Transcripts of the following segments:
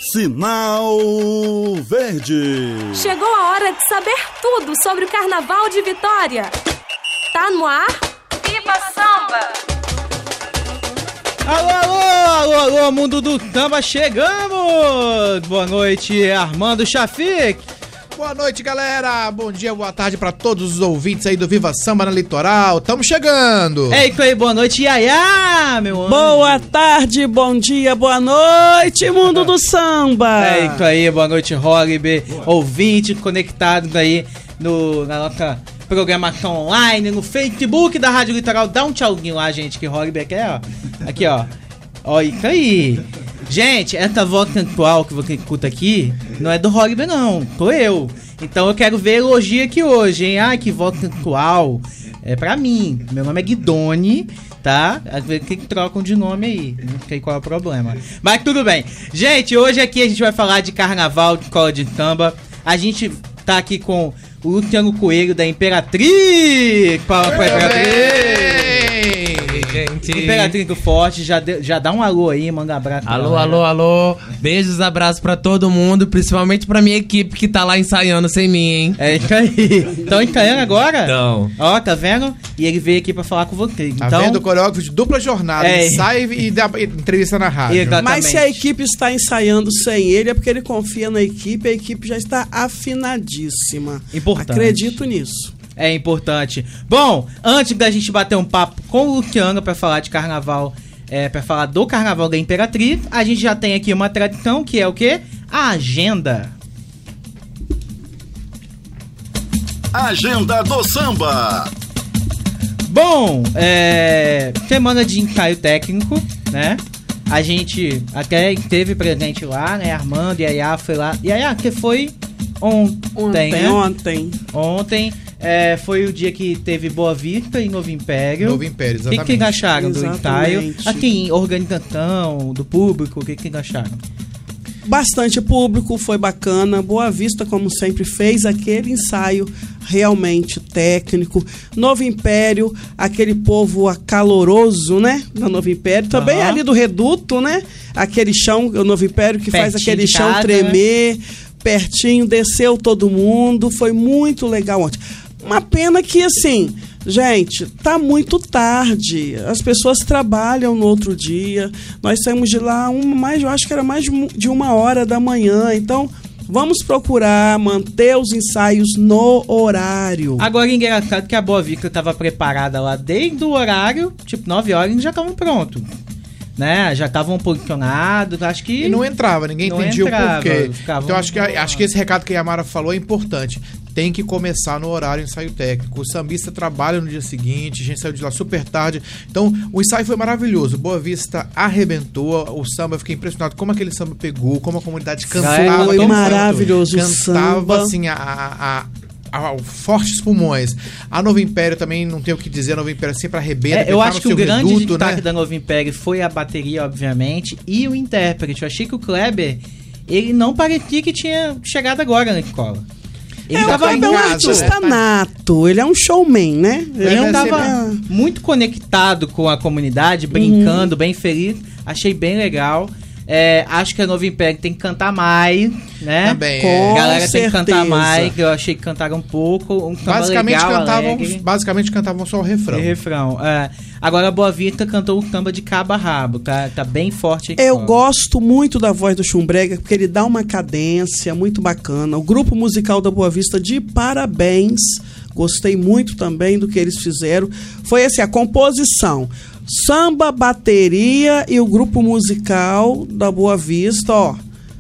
Sinal Verde. Chegou a hora de saber tudo sobre o Carnaval de Vitória. Tá no ar? Viva Samba! Alô, mundo do samba, chegamos! Boa noite, Armando Chafik. Boa noite, galera. Bom dia, boa tarde pra todos os ouvintes aí do Viva Samba na Litoral. Tamo chegando. É isso aí, boa noite, Yaya, meu anjo. Boa tarde, bom dia, boa noite, mundo do samba. É isso aí, boa noite, Holiday, ouvinte conectado aí na nossa programação online, no Facebook da Rádio Litoral. Dá um tchauzinho lá, gente, que Holiday quer, ó. Aqui, ó. Ó, isso aí. Gente, essa voz sensual que você escuta aqui não é do Holiday, não. Sou eu. Então eu quero ver elogio aqui hoje, hein? Ai, que voz sensual. É pra mim. Meu nome é Guidoni, tá? Às vezes que trocam de nome aí. Não sei qual é o problema. Mas tudo bem. Gente, hoje aqui a gente vai falar de carnaval, de escola de samba. A gente tá aqui com o Luciano Coelho da Imperatriz. Palma pra Imperatriz. Gente. Imperatriz do Forte, já dá um alô aí, manda um abraço. Alô. Beijos, abraços pra todo mundo, principalmente pra minha equipe que tá lá ensaiando sem mim, hein? É isso aí. Estão ensaiando agora? Então. Ó, tá vendo? E ele veio aqui pra falar com vocês. Tá vendo o coreógrafo de dupla jornada, ensaio e dá entrevista na rádio. Exatamente. Mas se a equipe está ensaiando sem ele, é porque ele confia na equipe, a equipe já está afinadíssima. Importante. Acredito nisso. É importante. Bom, antes da gente bater um papo com o Luciano pra falar de carnaval, pra falar do carnaval da Imperatriz, a gente já tem aqui uma tradição que é o quê? A agenda. Agenda do samba. Bom, semana de ensaio técnico, né? A gente até esteve presente lá, né? Armando e Yaya foi lá. Yaya, que foi ontem, né? Ontem. Foi o dia que teve Boa Vista e Novo Império. Novo Império, exatamente. O que acharam do ensaio? Assim, organização do público, o que acharam? Bastante público, foi bacana. Boa Vista, como sempre, fez aquele ensaio realmente técnico. Novo Império, aquele povo acaloroso, né? No Novo Império. Também ali do Reduto, né? Aquele chão, o Novo Império que pertinho faz aquele chão tremer. Né? Pertinho, desceu todo mundo. Foi muito legal ontem. Uma pena que, assim, gente, tá muito tarde. As pessoas trabalham no outro dia. Nós saímos de lá, eu acho que era mais de 1h da manhã. Então, vamos procurar manter os ensaios no horário. Agora, engraçado que a Boa Vista estava preparada lá desde o horário, tipo 9 horas, eles já estavam prontos. Né? Já estavam posicionados, acho que... E não entrava, ninguém entendia o porquê. Então acho que esse recado que a Yamara falou é importante. Tem que começar no horário ensaio técnico. O sambista trabalha no dia seguinte, a gente saiu de lá super tarde. Então, o ensaio foi maravilhoso. Boa Vista arrebentou o samba. Eu fiquei impressionado como aquele samba pegou, como a comunidade cantava. Foi maravilhoso o samba. Cantava, assim, fortes pulmões. A Novo Império também não tem o que dizer, a Novo Império sempre arrebenta. Eu acho que o grande destaque da Novo Império foi a bateria, obviamente, e o intérprete. Eu achei que o Kleber, ele não parecia que tinha chegado agora na escola. Ele tava um artista nato, ele é um showman, né? Ele tava muito conectado com a comunidade, brincando, bem feliz. Achei bem legal. Acho que a Novo Império tem que cantar mais, né? Também. A galera tem que cantar mais, eu achei que cantaram um pouco. Basicamente cantavam só o refrão. Agora a Boa Vista cantou o samba de cabo a rabo, tá bem forte aqui. Eu gosto muito da voz do Chumbrega, porque ele dá uma cadência muito bacana. O grupo musical da Boa Vista, de parabéns. Gostei muito também do que eles fizeram. Foi assim, a composição. Samba, bateria e o grupo musical da Boa Vista, ó.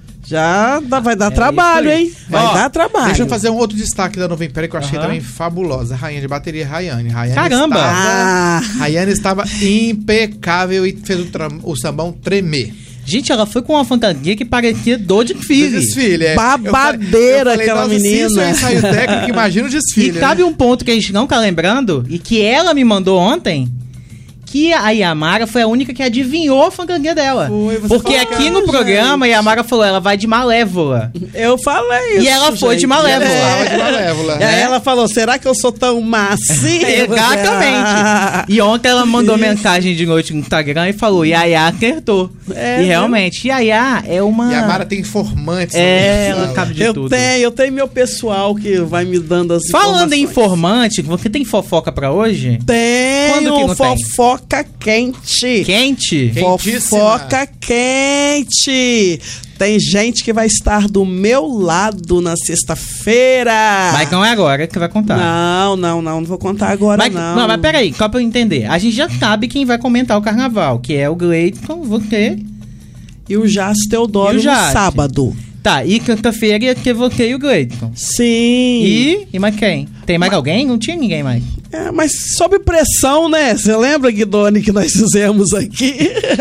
Vai dar trabalho, hein? Vai dar trabalho. Deixa eu fazer um outro destaque da Nova Império que eu achei também fabulosa. A rainha de bateria, Rayane. Caramba! Rayane estava impecável e fez o sambão tremer. Gente, ela foi com uma fantasia que parecia do desfile. Babadeira aquela menina. Se isso é ensaio técnico, imagina o desfile. E cabe um ponto que a gente não tá lembrando, e que ela me mandou ontem, que a Yamara foi a única que adivinhou a fantasia dela. Porque aqui no programa, a Yamara falou, ela vai de Malévola. Eu falei isso, E ela foi de Malévola. E aí ela falou, será que eu sou tão macia? Exatamente. E ontem ela mandou mensagem de noite no Instagram e falou, Yaya acertou. E realmente, Yaya é uma... Yamara tem informantes. Ela cabe de tudo. Eu tenho meu pessoal que vai me dando as informações. Falando em informante, você tem fofoca pra hoje? Tenho fofoca quente. Quente? Fofoca quente. Tem gente que vai estar do meu lado na sexta-feira. Mas não é agora que vai contar. Não vou contar agora, não. Mas peraí, só pra eu entender. A gente já sabe quem vai comentar o carnaval, que é o Gleidson, você... E o Jácio Teodoro no sábado. Tá, e quinta-feira ia ter você e o Gleidson. Sim. E mais quem? Tem mais alguém? Não tinha ninguém mais. Mas sob pressão, né? Você lembra, Guidoni, que nós fizemos aqui?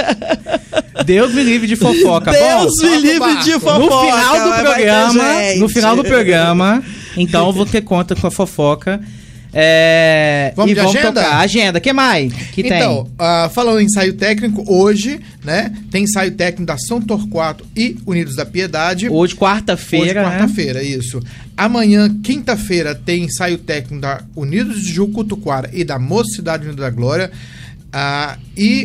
Deus me livre de fofoca. Deus me livre de fofoca. No final do programa, então você conta com a fofoca. Vamos de agenda? Tocar. Agenda, o que mais que tem? Então, falando em ensaio técnico, hoje, né, tem ensaio técnico da São Torquato e Unidos da Piedade. Hoje, quarta-feira, isso. Amanhã, quinta-feira, tem ensaio técnico da Unidos de Jucutuquara e da Mocidade Unida da Glória. E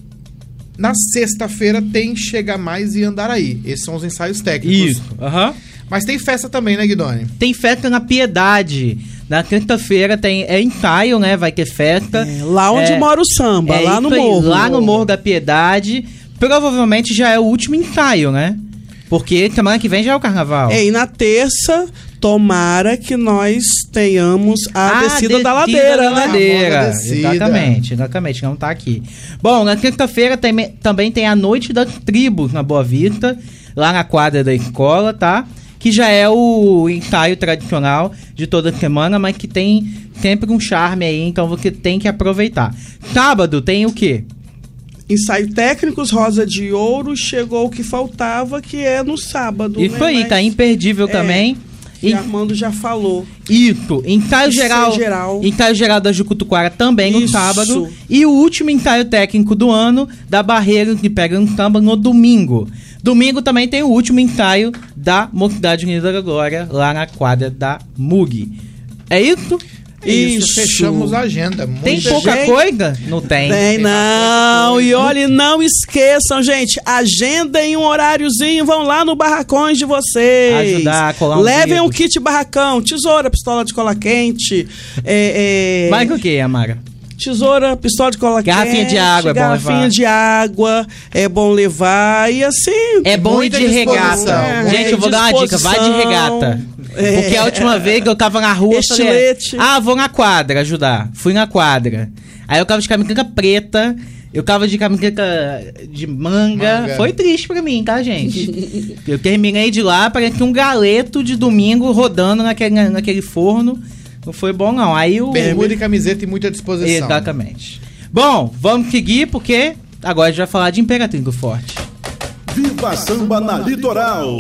na sexta-feira tem Chega Mais e Andaraí. Esses são os ensaios técnicos. Isso, Mas tem festa também, né, Guidoni? Tem festa na Piedade. Na quinta-feira tem ensaio, né? Vai ter festa. Lá onde mora o samba, lá no morro. Lá no Morro da Piedade. Provavelmente já é o último ensaio, né? Porque semana que vem já é o carnaval. E na terça, tomara que nós tenhamos a descida da ladeira, né? Exatamente, não tá aqui. Bom, na quinta-feira também tem a Noite da Tribo na Boa Vista, lá na quadra da escola, tá? Que já é o ensaio tradicional de toda semana, mas que tem sempre um charme aí, então você tem que aproveitar. Sábado tem o quê? Ensaio técnicos, Rosa de Ouro, chegou o que faltava, que é no sábado. Isso aí, tá imperdível também. E Armando já falou. Isso, ensaio geral da Jucutuquara também no sábado. E o último ensaio técnico do ano da Barreira que pega um samba no domingo. Domingo também tem o último ensaio da Mocidade Unida da Glória, lá na quadra da MUG. É isso? Isso, fechamos a agenda. Tem pouca coisa? Não tem. Tem não. E olha, não esqueçam, gente, agendem um horáriozinho, vão lá no Barracões de vocês. Ajudar a colar um Levem um kit barracão, tesoura, pistola de cola quente. Mais o que, Amara? Tesoura, pistola de cola garrafinha quente, de água, garrafinha de água, é bom levar e assim... É bom ir de regata. Gente, eu vou dar uma dica, vai de regata. Porque a última vez que eu tava na rua, estilete. Vou na quadra ajudar. Fui na quadra. Aí eu tava de camiseta preta, eu tava de camiseta de manga. Foi triste pra mim, tá, gente? Eu terminei de lá, parecia um galeto de domingo rodando naquele forno. Não foi bom, não. Aí o... Bermuda e camiseta e muita disposição. Exatamente. Bom, vamos seguir, porque agora a gente vai falar de Imperatriz do Forte. Viva Samba na Litoral!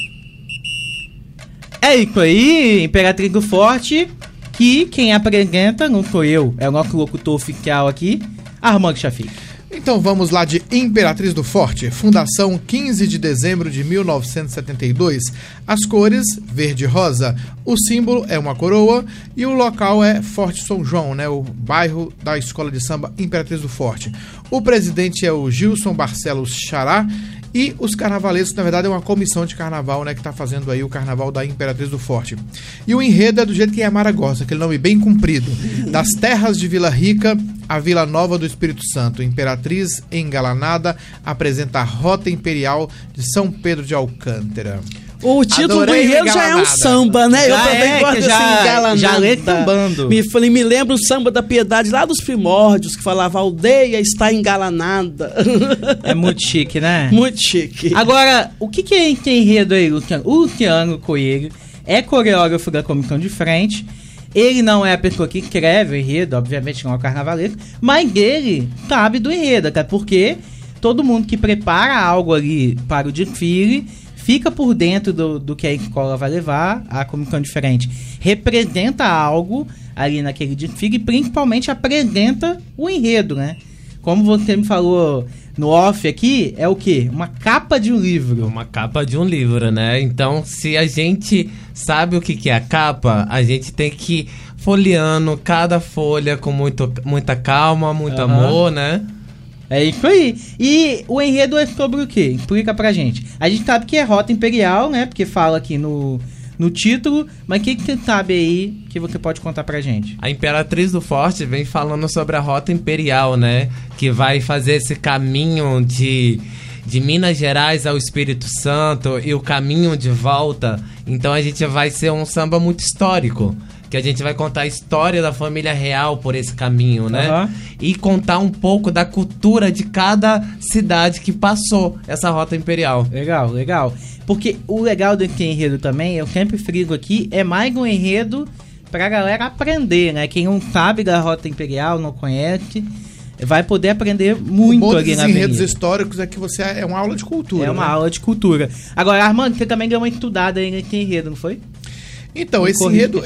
É isso aí, Imperatriz do Forte, que quem apresenta não sou eu, é o nosso locutor oficial aqui, Armando Chafique. Então vamos lá de Imperatriz do Forte, fundação 15 de dezembro de 1972. As cores, verde e rosa. O símbolo é uma coroa e o local é Forte São João, né? O bairro da Escola de Samba Imperatriz do Forte. O presidente é o Gilson Barcelos Xará. E os carnavalescos, na verdade, é uma comissão de carnaval, né, que tá fazendo aí o carnaval da Imperatriz do Forte. E o enredo é do jeito que a Yamara gosta, aquele nome bem comprido. Das terras de Vila Rica à Vila Nova do Espírito Santo. Imperatriz engalanada apresenta a Rota Imperial de São Pedro de Alcântara. O título do enredo já é um samba, né? Eu também gosto assim, engalanada. Já lê tambando. Me lembra o samba da Piedade lá dos primórdios, que falava a aldeia está engalanada. É muito chique, né? Muito chique. Agora, o que é enredo aí, Luciano? O Luciano Coelho é coreógrafo da comissão de frente. Ele não é a pessoa que escreve o enredo, obviamente não é o carnavalesco, mas ele sabe do enredo, até porque todo mundo que prepara algo ali para o desfile fica por dentro do que a escola vai levar. A comissão de frente representa algo ali naquele desfile e principalmente apresenta o enredo, né? como você me falou no off aqui, é o quê? Uma capa de um livro. Uma capa de um livro, né? Então, se a gente sabe o que é a capa, a gente tem que ir folheando cada folha com muita calma, muito amor, né? É isso aí. E o enredo é sobre o quê? Explica pra gente. A gente sabe que é Rota Imperial, né? Porque fala aqui no título, mas o que você sabe aí que você pode contar pra gente? A Imperatriz do Forte vem falando sobre a Rota Imperial, né? Que vai fazer esse caminho de Minas Gerais ao Espírito Santo e o caminho de volta. Então a gente vai ser um samba muito histórico, que a gente vai contar a história da família real por esse caminho, né? E contar um pouco da cultura de cada cidade que passou essa Rota Imperial. Legal, legal. Porque o legal desse enredo também, eu sempre frigo aqui, é mais um enredo pra galera aprender, né? Quem não sabe da Rota Imperial, não conhece, vai poder aprender muito ali na avenida. Enredos históricos é que você é uma aula de cultura. É uma aula de cultura. Agora, Armando, você também deu uma estudada aí nesse enredo, não foi? Então, esse enredo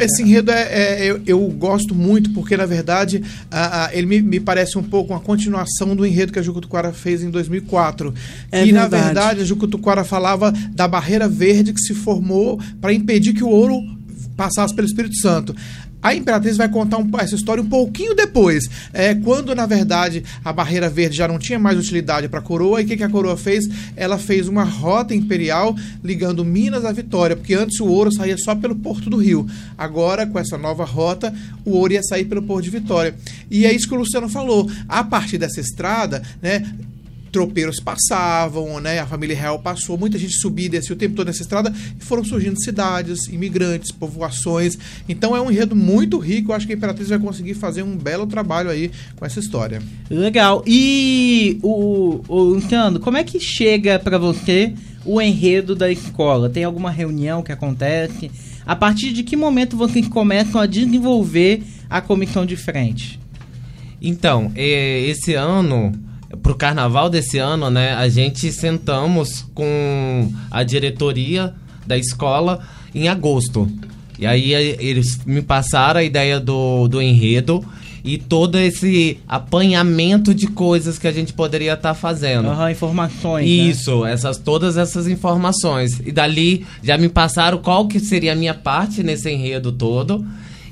eu gosto muito, porque na verdade ele me parece um pouco uma continuação do enredo que a Jucutuquara fez em 2004. Na verdade a Jucutuquara falava da barreira verde que se formou para impedir que o ouro passasse pelo Espírito Santo. A Imperatriz vai contar essa história um pouquinho depois, quando na verdade a barreira verde já não tinha mais utilidade para a coroa. E o que a coroa fez? Ela fez uma rota imperial ligando Minas à Vitória, porque antes o ouro saía só pelo Porto do Rio. Agora, com essa nova rota, o ouro ia sair pelo Porto de Vitória. E é isso que o Luciano falou. A partir dessa estrada, né, tropeiros passavam, né? A família real passou, muita gente subia e descia o tempo todo nessa estrada e foram surgindo cidades, imigrantes, povoações. Então é um enredo muito rico. Eu acho que a Imperatriz vai conseguir fazer um belo trabalho aí com essa história. Legal. E o Luciano, como é que chega para você o enredo da escola? Tem alguma reunião que acontece? A partir de que momento vocês começam a desenvolver a comissão de frente? Então, esse ano, pro carnaval desse ano, né, a gente sentamos com a diretoria da escola em agosto. E aí eles me passaram a ideia do enredo e todo esse apanhamento de coisas que a gente poderia estar fazendo. Informações. Isso, né? Todas essas informações. E dali já me passaram qual que seria a minha parte nesse enredo todo.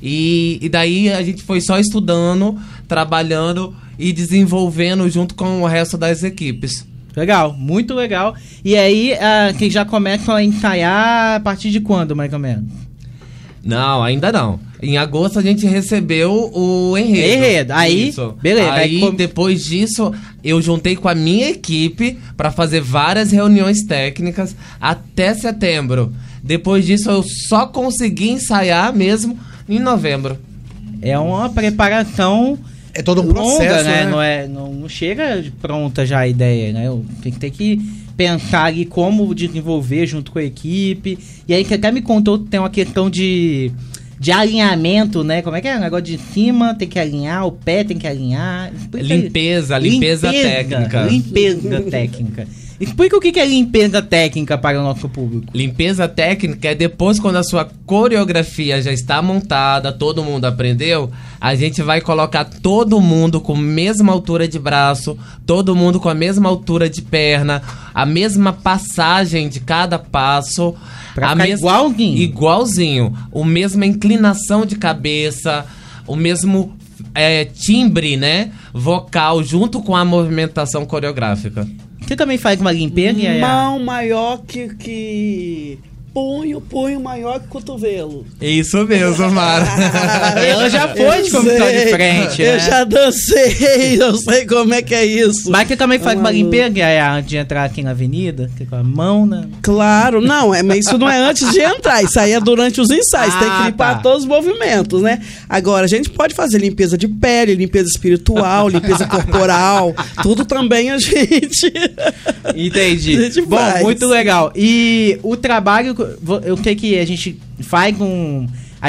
E daí a gente foi só estudando, trabalhando e desenvolvendo junto com o resto das equipes. Legal, muito legal. E aí, que já começam a ensaiar a partir de quando, mais ou menos? Não, ainda não. Em agosto a gente recebeu o enredo. Aí, isso. Beleza. Aí, depois disso, eu juntei com a minha equipe para fazer várias reuniões técnicas até setembro. Depois disso, eu só consegui ensaiar mesmo em novembro. É uma preparação... É todo um processo, né? Não chega pronta já a ideia, né? Tem que ter que pensar ali como desenvolver junto com a equipe. E aí que até me contou que tem uma questão de alinhamento, né? Como é que é? O negócio de cima tem que alinhar, o pé tem que alinhar. Limpeza técnica. Limpeza técnica. Explica o que é limpeza técnica para o nosso público. Limpeza técnica é depois, quando a sua coreografia já está montada, todo mundo aprendeu, a gente vai colocar todo mundo com a mesma altura de braço, todo mundo com a mesma altura de perna, a mesma passagem de cada passo. Pra ficar igualzinho? Igualzinho. A mesma inclinação de cabeça, o mesmo timbre, né, vocal, junto com a movimentação coreográfica. Você também faz uma limpeza? Mão maior que punho maior que cotovelo. Isso mesmo, Mara. Ela já foi de comissão de frente, né? Eu já dancei, eu sei como é que é isso. Mas você também faz uma limpeza antes de entrar aqui na avenida? Com a mão, né? Claro, não, mas isso não é antes de entrar, isso aí é durante os ensaios, tem que limpar todos os movimentos, né? Agora, a gente pode fazer limpeza de pele, limpeza espiritual, limpeza corporal, tudo também a gente... Entendi. A gente faz. Bom, muito legal. E o trabalho... Eu sei que a gente faz um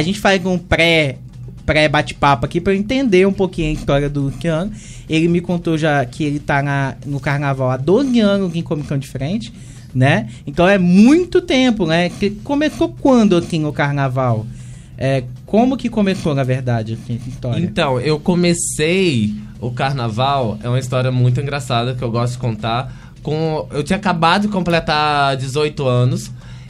pré-bate-papo aqui para entender um pouquinho a história do Luciano. Ele me contou já que ele tá no carnaval há 12 anos em comissão de frente, né? Então é muito tempo, né? Que começou quando aqui no carnaval? Como que começou, na verdade, a história? Então, eu comecei o carnaval, é uma história muito engraçada que eu gosto de contar. Eu tinha acabado de completar 18 anos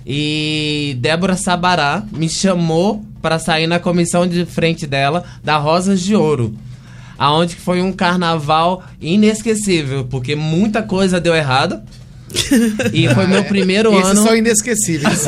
e Débora Sabará me chamou para sair na comissão de frente dela da Rosas de Ouro, aonde foi um carnaval inesquecível, porque muita coisa deu errado. E foi meu primeiro ano. Esses são inesquecíveis.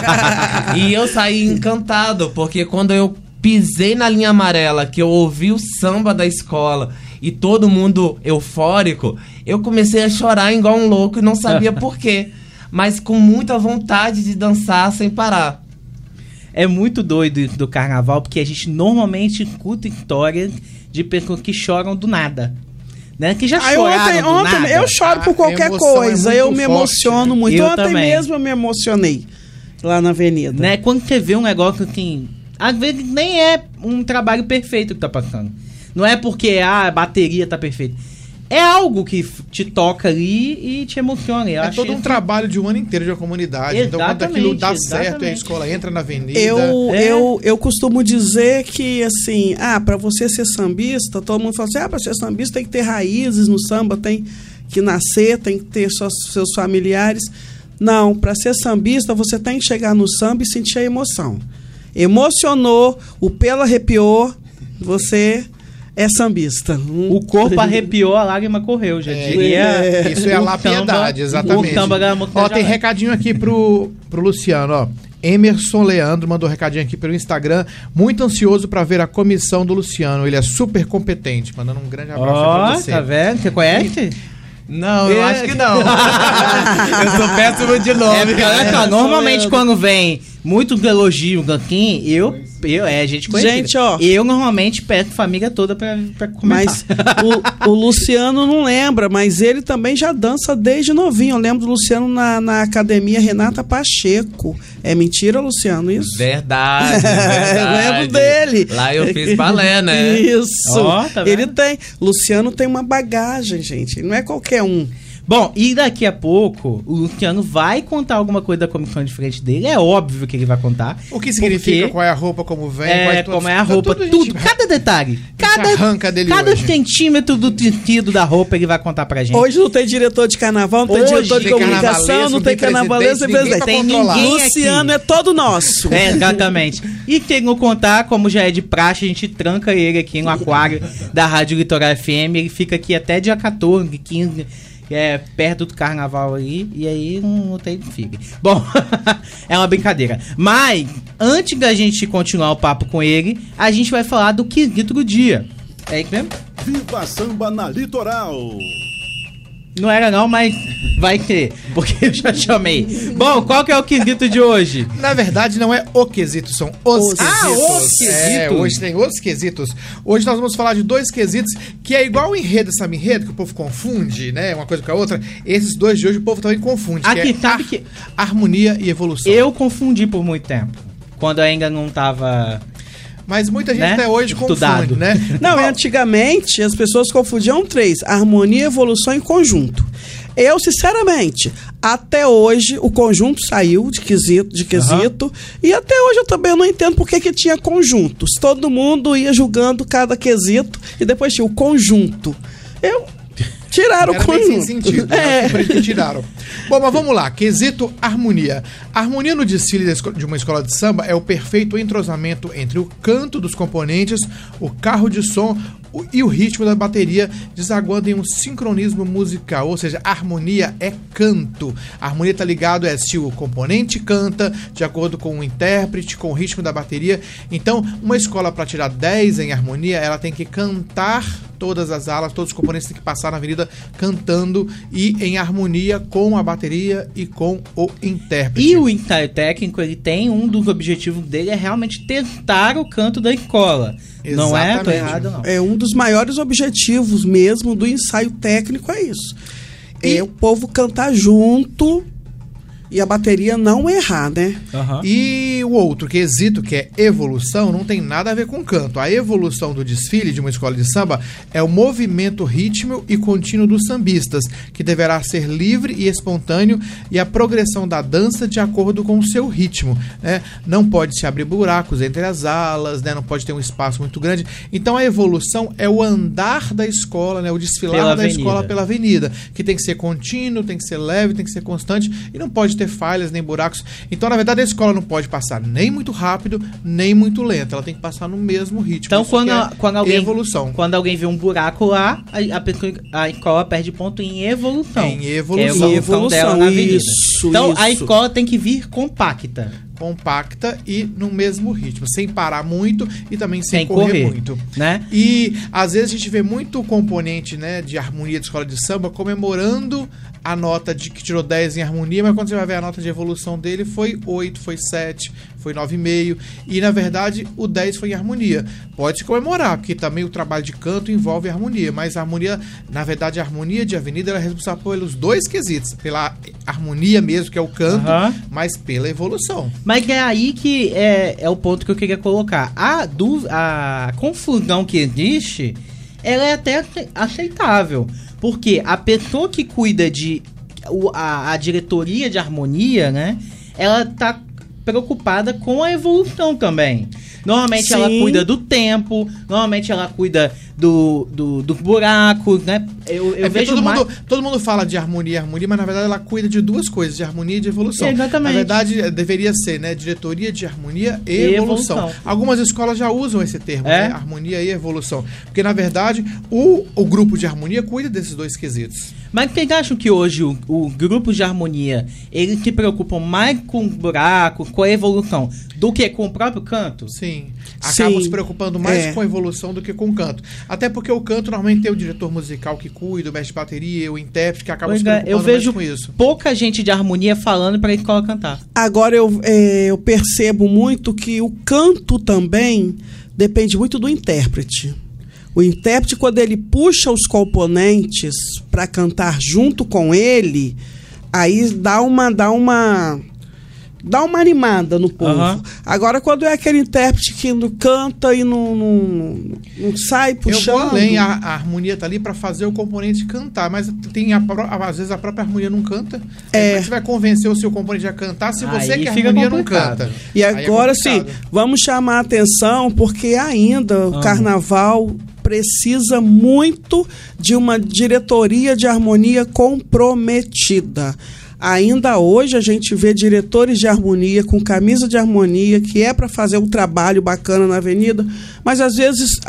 E eu saí encantado, porque quando eu pisei na linha amarela, que eu ouvi o samba da escola e todo mundo eufórico, eu comecei a chorar igual um louco e não sabia por quê, mas com muita vontade de dançar sem parar. É muito doido isso do carnaval, porque a gente normalmente escuta histórias de pessoas que choram do nada. Né? Que já choraram do nada. Eu choro por qualquer coisa, eu me emociono muito. Ontem também. mesmo eu me emocionei lá na avenida. Né? Quando você vê um negócio assim, às vezes nem é um trabalho perfeito que tá passando. Não é porque a bateria tá perfeita. É algo que te toca ali e te emociona. É todo um trabalho de um ano inteiro de uma comunidade. Então, quando aquilo dá certo e a escola entra na avenida... Eu costumo dizer que, assim, para você ser sambista, todo mundo fala assim, para ser sambista tem que ter raízes no samba, tem que nascer, tem que ter seus familiares. Não, para ser sambista, você tem que chegar no samba e sentir a emoção. Emocionou, o pelo arrepiou, você... é sambista. O corpo arrepiou, a lágrima correu, já diria. Isso é a lapiedade, exatamente. Tem recadinho aqui pro Luciano, ó. Emerson Leandro mandou recadinho aqui pelo Instagram. Muito ansioso para ver a comissão do Luciano. Ele é super competente. Mandando um grande abraço pra você. Tá vendo? Você conhece? Não, eu acho que não. Eu sou péssimo de nome. Normalmente quando vem muito elogio aqui, a gente conhece. Gente, ó. Eu normalmente peço a família toda pra comentar. Mas o Luciano não lembra, mas ele também já dança desde novinho. Eu lembro do Luciano na academia Renata Pacheco. É mentira, Luciano, isso? Verdade. Eu lembro dele. Lá eu fiz balé, né? Isso. Tá ele tem. Luciano tem uma bagagem, gente. Ele não é qualquer um. Bom, e daqui a pouco o Luciano vai contar alguma coisa da comissão de frente dele. É óbvio que ele vai contar. O que significa, qual é a roupa, como vem, como é a roupa, tudo, cada detalhe. Cada centímetro do tecido da roupa ele vai contar pra gente. Hoje não tem diretor de carnaval, não tem diretor de comunicação, não tem carnavalesco, não tem presidente. Tem ninguém. Luciano é todo nosso. Exatamente. E se ele não contar, como já é de praxe, a gente tranca ele aqui no aquário da Rádio Litoral FM. Ele fica aqui até dia 14, 15... perto do carnaval aí, e aí não tem filho. Bom, é uma brincadeira. Mas, antes da gente continuar o papo com ele, a gente vai falar do quesito do dia. É isso mesmo? Viva Samba na Litoral! Não era não, mas vai ter, porque eu já chamei. Bom, qual que é o quesito de hoje? Na verdade, não é o quesito, são os quesitos. Os quesitos. Hoje tem os quesitos. Hoje nós vamos falar de dois quesitos, que é igual o enredo, sabe enredo, que o povo confunde, né, uma coisa com a outra. Esses dois de hoje o povo também confunde, aqui, que é harmonia e evolução. Eu confundi por muito tempo, quando eu ainda não tava... Mas muita gente até hoje confunde, né? Não, antigamente as pessoas confundiam três: harmonia, evolução e conjunto. Eu, sinceramente, até hoje o conjunto saiu de quesito, e até hoje eu também não entendo por que tinha conjuntos. Todo mundo ia julgando cada quesito e depois tinha o conjunto. Tiraram o conjunto. Sem sentido, que tiraram. Bom, mas vamos lá. Quesito harmonia. A harmonia no desfile de uma escola de samba é o perfeito entrosamento entre o canto dos componentes, o carro de som e o ritmo da bateria, desaguando em um sincronismo musical. Ou seja, a harmonia é canto. A harmonia está ligado se o componente canta de acordo com o intérprete, com o ritmo da bateria. Então, uma escola, para tirar 10 em harmonia, ela tem que cantar todas as alas, todos os componentes têm que passar na avenida cantando e em harmonia com a bateria e com o intérprete. E o ensaio técnico, ele tem um dos objetivos dele é realmente testar o canto da escola. Exatamente. Não é? Tô errado, não. É um dos maiores objetivos mesmo do ensaio técnico, é isso. É o povo cantar junto E a bateria não errar, né? Aham. E o outro quesito, que é evolução, não tem nada a ver com canto. A evolução do desfile de uma escola de samba é o movimento rítmico e contínuo dos sambistas, que deverá ser livre e espontâneo, e a progressão da dança de acordo com o seu ritmo, né? Não pode se abrir buracos entre as alas, né? Não pode ter um espaço muito grande. Então a evolução é o andar da escola, né? O desfilar da escola pela avenida, que tem que ser contínuo, tem que ser leve, tem que ser constante, e não pode ter falhas nem buracos. Então, na verdade, a escola não pode passar nem muito rápido, nem muito lento. Ela tem que passar no mesmo ritmo. Então, quando alguém vê um buraco lá, a escola perde ponto em evolução. Em evolução. É a evolução dela na avenida. Então, a isso. escola tem que vir compacta E no mesmo ritmo, sem parar muito e também sem correr muito, né? E às vezes a gente vê muito componente, né, de harmonia de escola de samba comemorando a nota de que tirou 10 em harmonia, mas quando você vai ver a nota de evolução dele foi 8, foi 7, foi 9,5, e na verdade o 10 foi em harmonia. Pode se comemorar, porque também o trabalho de canto envolve harmonia, mas a harmonia, na verdade a harmonia de avenida ela é responsável pelos dois quesitos, pela harmonia mesmo, que é o canto, mas pela evolução. Mas é aí que é o ponto que eu queria colocar. A confusão que existe, ela é até aceitável. Porque a pessoa que cuida a diretoria de harmonia, né? Ela tá preocupada com a evolução também. Normalmente ela cuida do tempo, normalmente ela cuida do buraco, né? Eu vejo todo mundo fala de harmonia, mas na verdade ela cuida de duas coisas, de harmonia e de evolução. Exatamente. Na verdade, deveria ser, né, diretoria de harmonia e evolução. Algumas escolas já usam esse termo, né? Harmonia e evolução. Porque, na verdade, o grupo de harmonia cuida desses dois quesitos. Mas vocês acham que hoje o grupo de harmonia, eles se preocupam mais com o buraco, com a evolução, do que com o próprio canto? Sim. Acabam se preocupando mais com a evolução do que com o canto. Até porque o canto normalmente tem o diretor musical que cuida, o mestre de bateria, o intérprete que acaba se preocupando mais com isso. Eu vejo pouca gente de harmonia falando para a escola cantar. Agora eu percebo muito que o canto também depende muito do intérprete. O intérprete, quando ele puxa os componentes para cantar junto com ele, aí dá uma animada no povo. Agora, quando é aquele intérprete que não canta e não sai puxando... Eu vou além, a harmonia tá ali para fazer o componente cantar, mas tem às vezes a própria harmonia não canta. Você vai convencer o seu componente a cantar se você que a harmonia não canta. E agora, sim, vamos chamar a atenção, porque ainda o carnaval precisa muito de uma diretoria de harmonia comprometida. Ainda hoje a gente vê diretores de harmonia com camisa de harmonia, que é para fazer um trabalho bacana na avenida, mas às vezes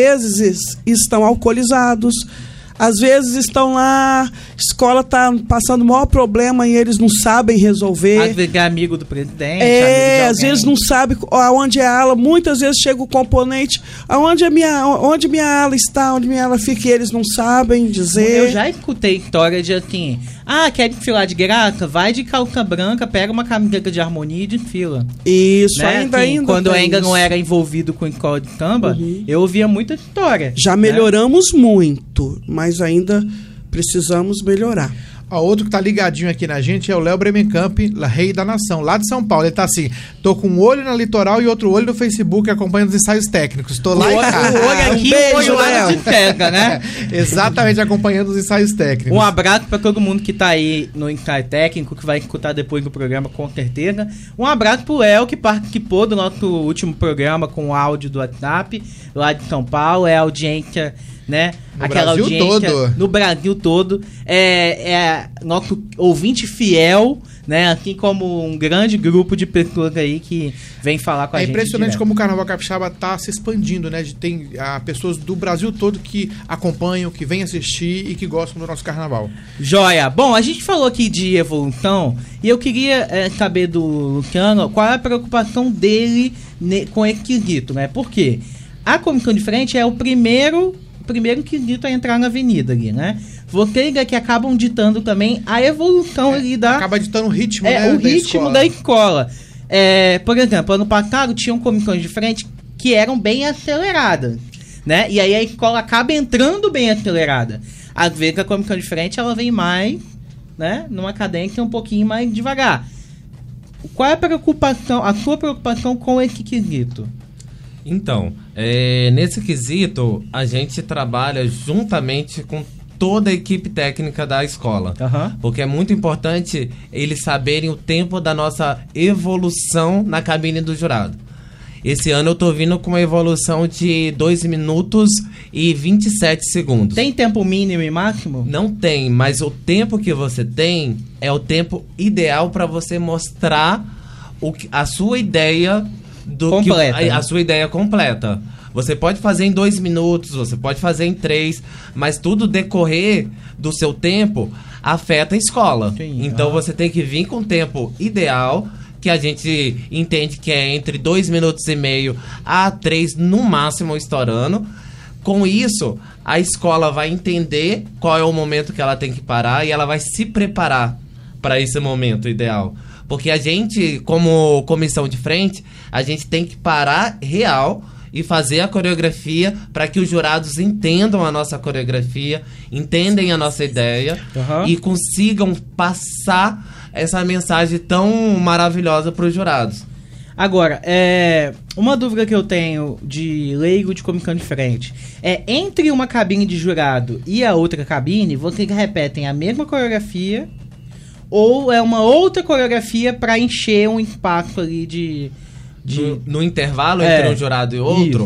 estão alcoolizados, às vezes estão lá, a escola está passando o maior problema e eles não sabem resolver. Às vezes é amigo do presidente, às vezes não sabe aonde é a ala, muitas vezes chega o componente, onde minha ala está, onde minha ala fica, e eles não sabem dizer. Eu já escutei história de assim, quer desfilar de graça? Vai de calça branca, pega uma camiseta de harmonia e desfila. Isso, né? ainda quando eu ainda não era envolvido com escola de samba, eu ouvia muita história. Já melhoramos muito, mas ainda precisamos melhorar. Outro que tá ligadinho aqui na gente é o Léo Bremenkamp, rei da nação, lá de São Paulo. Ele tá assim, tô com um olho na Litoral e outro olho no Facebook acompanhando os ensaios técnicos. Tô lá o olho aqui, o olho lá de pega, né? Exatamente, acompanhando os ensaios técnicos. Um abraço para todo mundo que tá aí no ensaio técnico, que vai escutar depois do programa, com certeza. Um abraço pro Léo, que participou do nosso último programa com o áudio do WhatsApp, lá de São Paulo. É a audiência, né? Aquela Brasil audiência todo. No Brasil todo. É nosso ouvinte fiel, né? Assim como um grande grupo de pessoas aí que vem falar com a gente. É impressionante direto. como o Carnaval Capixaba tá se expandindo, né? Tem pessoas do Brasil todo que acompanham, que vêm assistir e que gostam do nosso carnaval. Joia! Bom, a gente falou aqui de evolução e eu queria saber do Luciano qual é a preocupação dele com esse quesito, né? Por quê? A comissão de frente é o primeiro quesito a entrar na avenida ali, né? Vocês que acabam ditando também a evolução ali da... Acaba ditando o ritmo, né? O ritmo da escola. Por exemplo, ano passado tinham comissões de frente que eram bem aceleradas, né? E aí a escola acaba entrando bem acelerada. Às vezes a comissão de frente ela vem mais né, numa cadência um pouquinho mais devagar. Qual é a sua preocupação com esse quesito? Então, nesse quesito, a gente trabalha juntamente com toda a equipe técnica da escola. Porque é muito importante eles saberem o tempo da nossa evolução na cabine do jurado. Esse ano eu tô vindo com uma evolução de 2 minutos e 27 segundos. Tem tempo mínimo e máximo? Não tem, mas o tempo que você tem é o tempo ideal para você mostrar a sua ideia completa. A sua ideia completa. Você pode fazer em 2 minutos, você pode fazer em 3, mas tudo decorrer do seu tempo afeta a escola. Sim, então você tem que vir com o tempo ideal, que a gente entende que é entre 2 minutos e meio a 3, no máximo, estourando. Com isso, a escola vai entender qual é o momento que ela tem que parar e ela vai se preparar para esse momento ideal. Porque a gente, como comissão de frente, a gente tem que parar real e fazer a coreografia para que os jurados entendam a nossa coreografia, entendem a nossa ideia e consigam passar essa mensagem tão maravilhosa para os jurados. Agora, uma dúvida que eu tenho de leigo de comissão de frente entre uma cabine de jurado e a outra cabine, vocês repetem a mesma coreografia ou é uma outra coreografia para encher um espaço ali no intervalo entre um jurado e outro?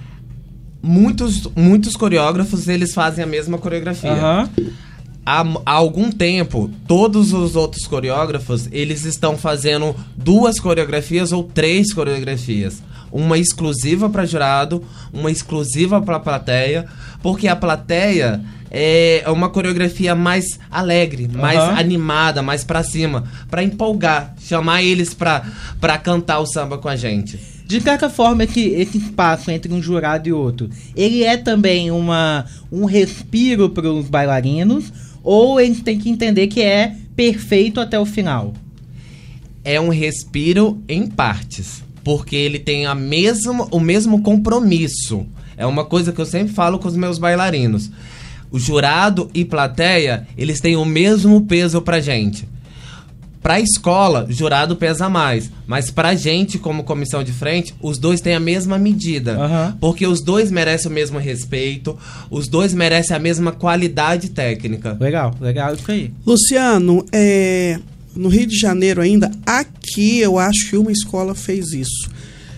Muitos coreógrafos, eles fazem a mesma coreografia. Há algum tempo, todos os outros coreógrafos, eles estão fazendo 2 coreografias ou 3 coreografias. Uma exclusiva para jurado, uma exclusiva para plateia, porque a plateia é uma coreografia mais alegre, mais animada, mais pra cima, pra empolgar, chamar eles pra cantar o samba com a gente. De certa forma, esse espaço entre um jurado e outro, ele é também um respiro para os bailarinos, ou eles têm que entender que é perfeito até o final? É um respiro em partes, porque ele tem o mesmo compromisso. É uma coisa que eu sempre falo com os meus bailarinos. O jurado e plateia, eles têm o mesmo peso pra gente. Pra escola, o jurado pesa mais. Mas pra gente, como comissão de frente, os dois têm a mesma medida. Porque os dois merecem o mesmo respeito, os dois merecem a mesma qualidade técnica. Legal isso aí. Luciano, no Rio de Janeiro ainda, aqui eu acho que uma escola fez isso.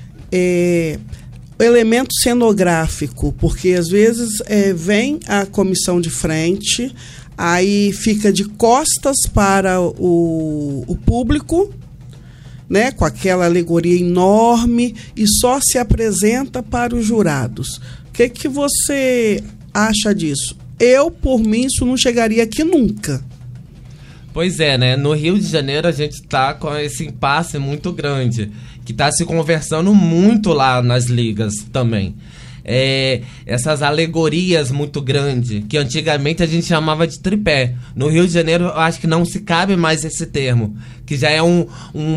Elemento cenográfico, porque às vezes vem a comissão de frente, aí fica de costas para o público, né, com aquela alegoria enorme, e só se apresenta para os jurados. O que você acha disso? Eu, por mim, isso não chegaria aqui nunca. Pois é, né? No Rio de Janeiro a gente tá com esse impasse muito grande, que tá se conversando muito lá nas ligas também. Essas alegorias muito grandes, que antigamente a gente chamava de tripé. No Rio de Janeiro eu acho que não se cabe mais esse termo, que já é um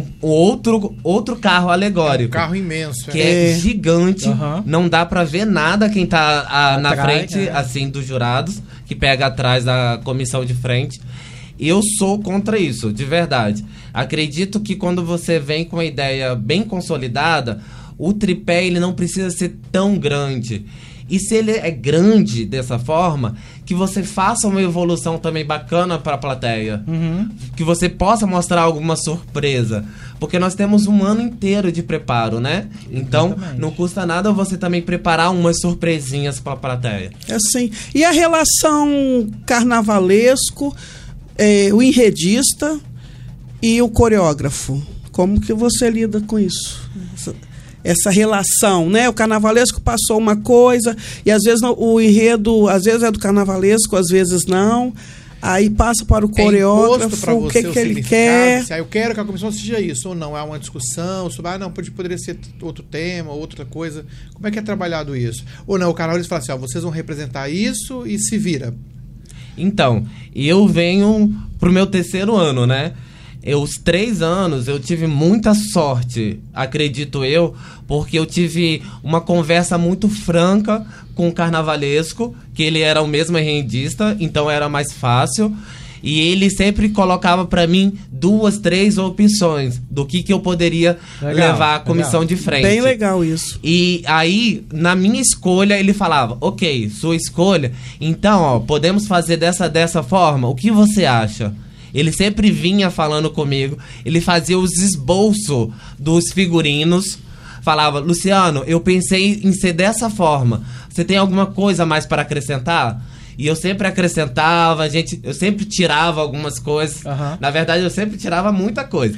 outro carro alegórico. Um carro imenso. Que é gigante, não dá pra ver nada quem tá na frente, assim, dos jurados, que pega atrás da comissão de frente. Eu sou contra isso, de verdade. Acredito que quando você vem com uma ideia bem consolidada, o tripé ele não precisa ser tão grande. E se ele é grande dessa forma, que você faça uma evolução também bacana para a plateia. Que você possa mostrar alguma surpresa. Porque nós temos um ano inteiro de preparo, né? Então, não custa nada você também preparar umas surpresinhas para a plateia. Assim. E a relação carnavalesco, o enredista e o coreógrafo? Como que você lida com isso? Essa relação, né? O carnavalesco passou uma coisa e às vezes o enredo, às vezes é do carnavalesco, às vezes não. Aí passa para o coreógrafo, o que ele quer. Se eu quero que a comissão seja isso ou não. Há uma discussão sobre, não, poderia ser outro tema, outra coisa. Como é que é trabalhado isso? Ou não, o carnavalesco fala assim, vocês vão representar isso e se vira. Então, eu venho pro meu 3º ano, né? Os 3 anos eu tive muita sorte, acredito eu, porque eu tive uma conversa muito franca com o carnavalesco, que ele era o mesmo enredista, então era mais fácil. E ele sempre colocava pra mim 2, 3 opções do que eu poderia levar a comissão de frente. Bem legal isso. E aí, na minha escolha, ele falava, ok, sua escolha, então, ó, podemos fazer dessa forma, o que você acha? Ele sempre vinha falando comigo, ele fazia os esboços dos figurinos, falava, Luciano, eu pensei em ser dessa forma, você tem alguma coisa mais para acrescentar? E eu sempre acrescentava, eu sempre tirava algumas coisas. Na verdade, eu sempre tirava muita coisa.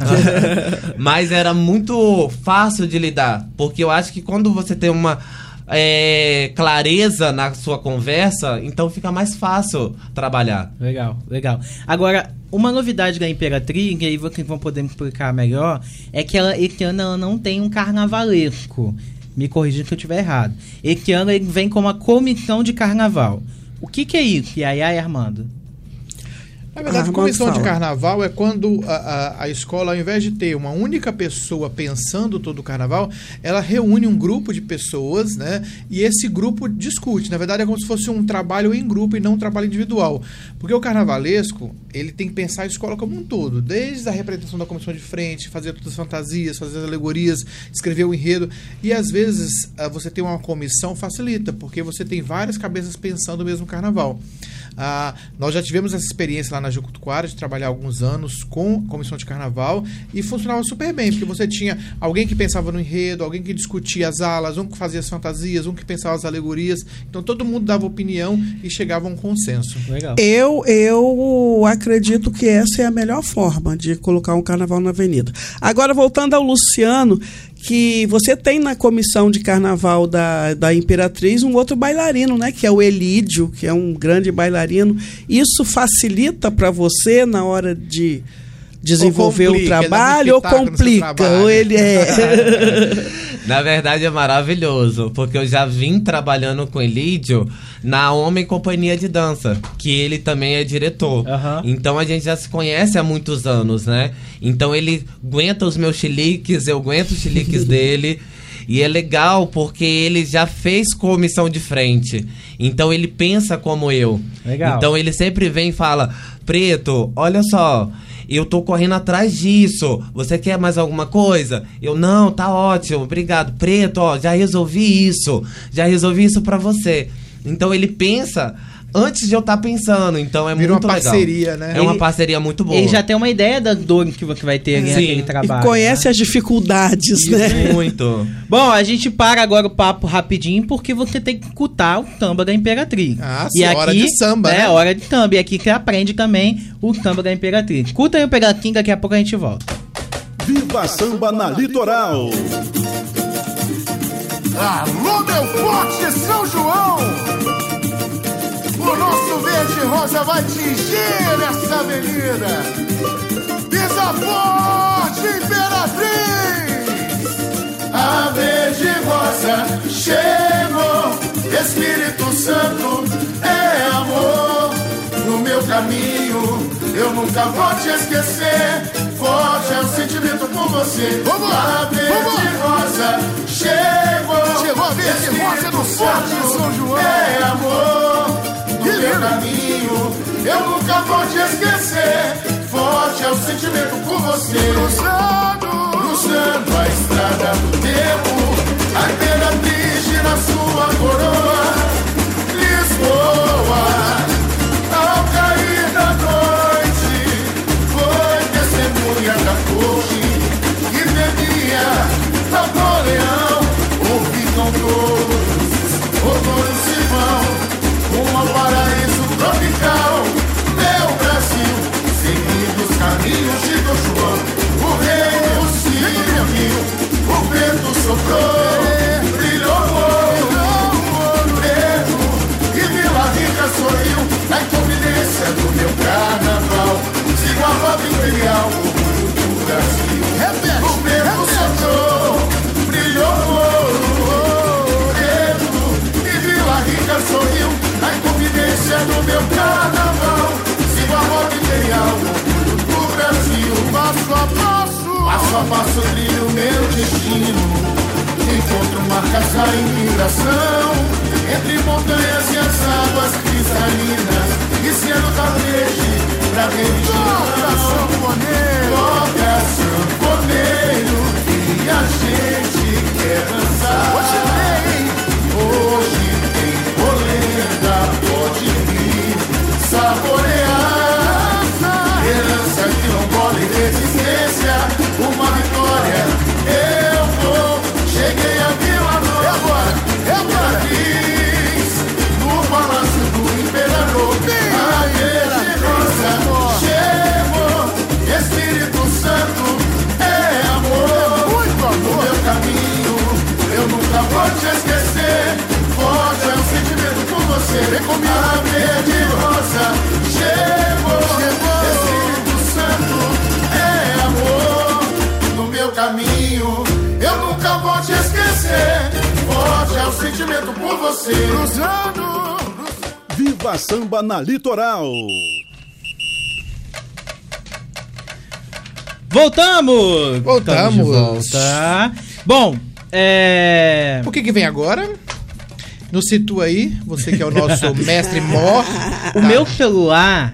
Mas era muito fácil de lidar, porque eu acho que quando você tem uma clareza na sua conversa, então fica mais fácil trabalhar. Legal. Agora, uma novidade da Imperatriz, e aí vocês vão poder me explicar melhor, é que esse ano ela não tem um carnavalesco. Me corrija se eu estiver errado. Esse ano ele vem com uma comissão de carnaval. O que é isso, Yaya e Armando? Na verdade, comissão de carnaval é quando a escola, ao invés de ter uma única pessoa pensando todo o carnaval, ela reúne um grupo de pessoas, né? E esse grupo discute. Na verdade, é como se fosse um trabalho em grupo e não um trabalho individual. Porque o carnavalesco, ele tem que pensar a escola como um todo. Desde a representação da comissão de frente, fazer todas as fantasias, fazer as alegorias, escrever o enredo. E às vezes, você ter uma comissão facilita, porque você tem várias cabeças pensando o mesmo carnaval. Nós já tivemos essa experiência lá na Jucutuquara de trabalhar alguns anos com comissão de carnaval e funcionava super bem, porque você tinha alguém que pensava no enredo, alguém que discutia as alas, um que fazia as fantasias, um que pensava as alegorias, então todo mundo dava opinião e chegava a um consenso. Legal. Eu acredito que essa é a melhor forma de colocar um carnaval na avenida. Agora, voltando ao Luciano, que você tem na comissão de carnaval da Imperatriz um outro bailarino, né? Que é o Elídio, que é um grande bailarino. Isso facilita para você na hora de desenvolver o trabalho ou complica? Ou ele Na verdade é maravilhoso, porque eu já vim trabalhando com Elídio na Homem Companhia de Dança, que ele também é diretor. Então a gente já se conhece há muitos anos, né? Então ele aguenta os meus chiliques, eu aguento os chiliques dele. E é legal porque ele já fez comissão de frente. Então ele pensa como eu. Legal. Então ele sempre vem e fala, Preto, olha só, eu tô correndo atrás disso, você quer mais alguma coisa? Eu, não, tá ótimo, obrigado. Preto, ó, já resolvi isso pra você. Então ele pensa antes de eu estar pensando, então é muito legal. Vira uma parceria, né? É uma parceria muito boa. Ele já tem uma ideia da dor que você vai ter naquele trabalho. E conhece, né, as dificuldades, isso, né? Muito. Bom, a gente para agora o papo rapidinho, porque você tem que escutar o samba da Imperatriz. Sim, é hora de samba, né? É hora de samba. E aqui você aprende também o samba da Imperatriz. Escuta aí o pedacinho, daqui a pouco a gente volta. Viva Samba na Litoral! Alô, meu forte São João! O nosso verde rosa vai tingir essa avenida. Pisa forte, Imperatriz! A verde rosa chegou. Espírito Santo é amor. No meu caminho eu nunca vou te esquecer. Forte é o sentimento por você. A verde rosa chegou. Chegou a verde rosa do forte São João. É amor. No meu caminho eu nunca vou te esquecer. Forte é o sentimento por você. Cruzando a estrada do tempo, a Imperatriz na sua coroa. Lisboa, ao cair da noite, foi testemunha da corte que bebia Napoleão. Ouvi com todos, outono se vão rumo ao paraíso tropical. Meu Brasil, seguindo os caminhos de Dom João. O rei do Rio, o vento soprou, brilhou ouro preto, e Vila Rica sorriu na inconfidência do meu carnaval. Sigo a roda imperial, orgulho do Brasil. O vento soprou, brilhou ouro preto, e Vila Rica sorriu na inconfidência do meu carnaval. Sigo a roda imperial, orgulho do Brasil. Passo a passo trilho meu destino. Encontro marcas da imigração entre montanhas e as águas cristalinas. E sendo talvez da religião. Toca sanfoneiro que a gente quer dançar. Hoje tem polenta, pode vir saborear. Herança que não bola e resistência, uma vitória. Eu vou, cheguei a Vila Nova. É agora, no Palácio do Imperador. A Deus chegou, Espírito Santo é amor. Muito amor. No meu caminho, eu nunca vou te esquecer. Forte é o sentimento por você. Vem comigo. A verde rosa chegou, Espírito Santo é amor. No meu caminho, eu nunca vou te esquecer. Forte é o sentimento por você. Cruzando. Viva Samba na Litoral. Voltamos! Voltamos. De volta. Bom, O que vem agora? Nos situa aí, você que é o nosso mestre mor. O meu celular,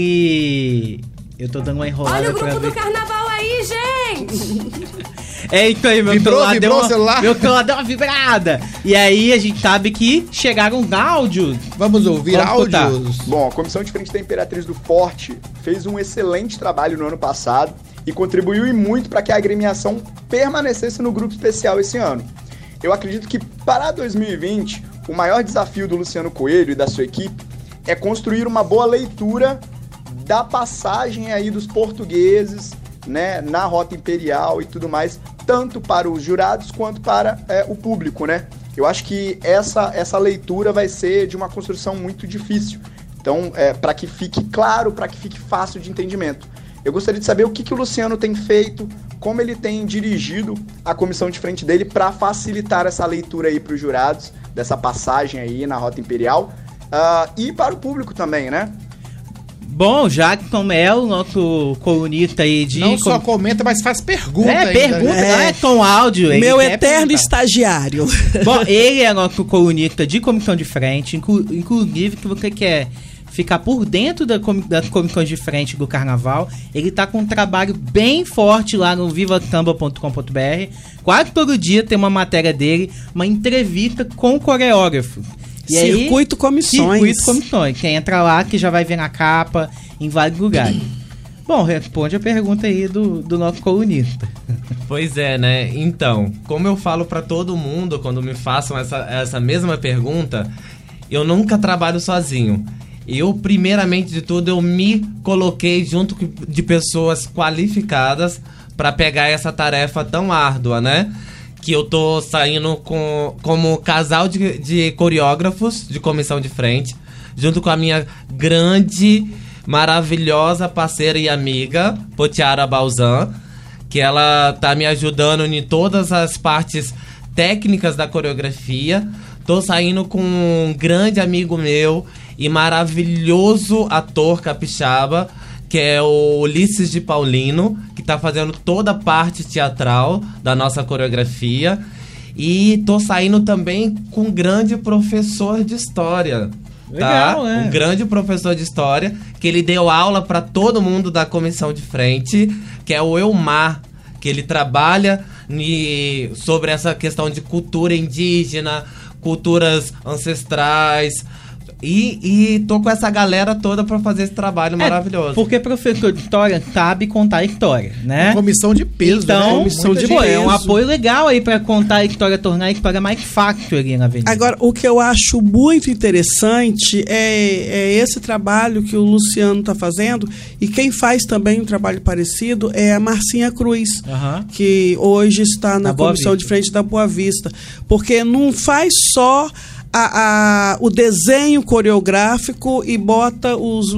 ele... Eu tô dando uma enrolada. Olha o pra grupo ver. do carnaval aí, gente! É isso aí, meu Vibrou celular o celular? Meu celular deu uma vibrada. E aí a gente sabe que chegaram áudios. Vamos ouvir Vamos escutar. áudios. Bom, a Comissão de Frente da Imperatriz do Forte fez um excelente trabalho no ano passado e contribuiu e muito para que a agremiação permanecesse no grupo especial esse ano. Eu acredito que para 2020, o maior desafio do Luciano Coelho e da sua equipe é construir uma boa leitura da passagem aí dos portugueses, né, na Rota Imperial e tudo mais, tanto para os jurados quanto para o público, né? Eu acho que essa leitura vai ser de uma construção muito difícil. Então, para que fique claro, para que fique fácil de entendimento. Eu gostaria de saber o que o Luciano tem feito, como ele tem dirigido a comissão de frente dele para facilitar essa leitura aí para os jurados, dessa passagem aí na Rota Imperial, e para o público também, né? Bom, Jackson Melo, nosso colunista aí de... Não só comenta, mas faz pergunta ainda. Pergunta, não é com áudio. Meu ele quer eterno perguntar. estagiário. Bom, ele é nosso colunista de comissão de frente, inclusive que você quer ficar por dentro das comissões de frente do carnaval. Ele tá com um trabalho bem forte lá no vivasamba.com.br. Quase todo dia tem uma matéria dele, uma entrevista com o coreógrafo. E Circuito Comissões. Circuito Comissões. Quem entra lá que já vai ver na capa, em vários lugares. Bom, responde a pergunta aí do nosso colunista. Pois é, né? Então, como eu falo pra todo mundo quando me façam essa mesma pergunta, eu nunca trabalho sozinho. Eu, primeiramente de tudo, eu me coloquei junto de pessoas qualificadas pra pegar essa tarefa tão árdua, né? Que eu tô saindo como casal de coreógrafos de comissão de frente, junto com a minha grande, maravilhosa parceira e amiga, Potiara Balzan, que ela tá me ajudando em todas as partes técnicas da coreografia. Tô saindo com um grande amigo meu e maravilhoso ator capixaba, que é o Ulisses de Paulino, que tá fazendo toda a parte teatral da nossa coreografia. E tô saindo também com um grande professor de história. Legal, né? Um grande professor de história, que ele deu aula para todo mundo da comissão de frente, que é o Elmar, que ele trabalha sobre essa questão de cultura indígena, culturas ancestrais. E tô com essa galera toda pra fazer esse trabalho maravilhoso. Porque professor de história sabe contar a história, né? Uma comissão de peso, então, né? Comissão de é um peso. apoio legal aí pra contar a história, tornar a história mais fácil ali na avenida. Agora, o que eu acho muito interessante é esse trabalho que o Luciano está fazendo, e quem faz também um trabalho parecido é a Marcinha Cruz, Aham. que hoje está na Boa comissão Vista. de frente da Boa Vista. Porque não faz só o desenho coreográfico e bota os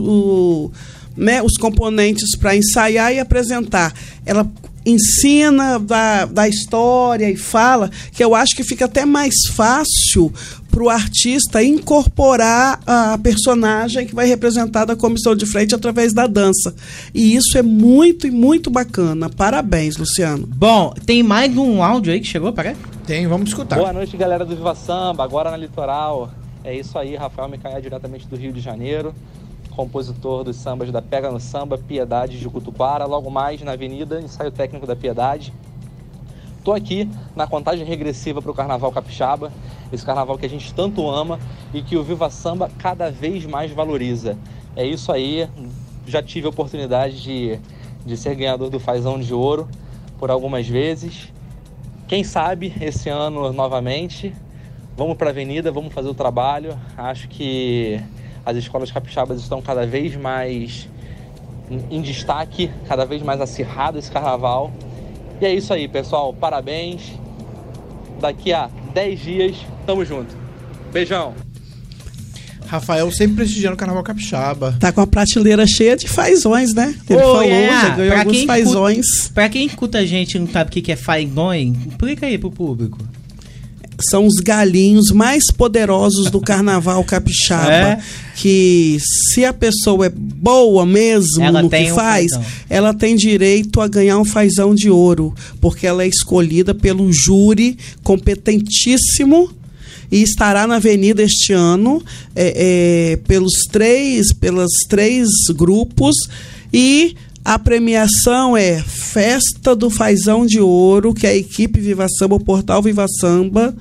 componentes para ensaiar e apresentar. Ela ensina da história e fala, que eu acho que fica até mais fácil para o artista incorporar a personagem que vai representar da comissão de frente através da dança. E isso é muito e muito bacana. Parabéns, Luciano. Bom, tem mais um áudio aí que chegou, parece? Tem, vamos escutar. Boa noite, galera do Viva Samba, agora na Litoral. É isso aí, Rafael Micael, diretamente do Rio de Janeiro. compositor dos sambas da Pega no Samba, Piedade de Cutuquara, logo mais na Avenida, ensaio técnico da Piedade. Estou aqui na contagem regressiva para o Carnaval Capixaba, esse carnaval que a gente tanto ama e que o Viva Samba cada vez mais valoriza. É isso aí, já tive a oportunidade de ser ganhador do Fazão de Ouro por algumas vezes. Quem sabe esse ano novamente, vamos para a Avenida, vamos fazer o trabalho. Acho que as escolas capixabas estão cada vez mais em destaque, cada vez mais acirrado esse carnaval. E é isso aí, pessoal. Parabéns. Daqui a 10 dias, tamo junto. Beijão. Rafael sempre prestigiando o Carnaval Capixaba. Tá com a prateleira cheia de fazões, né? Ele falou, já ganhou alguns fazões. Pra quem escuta a gente e não sabe o que é fazões, explica aí pro público. São os galinhos mais poderosos do Carnaval Capixaba. Que se a pessoa é boa mesmo no que faz, ela tem direito a ganhar um fazão de ouro. Porque ela é escolhida pelo júri competentíssimo e estará na Avenida este ano pelos três grupos. E a premiação é Festa do Fazão de Ouro, que a equipe Viva Samba, o portal Viva Samba,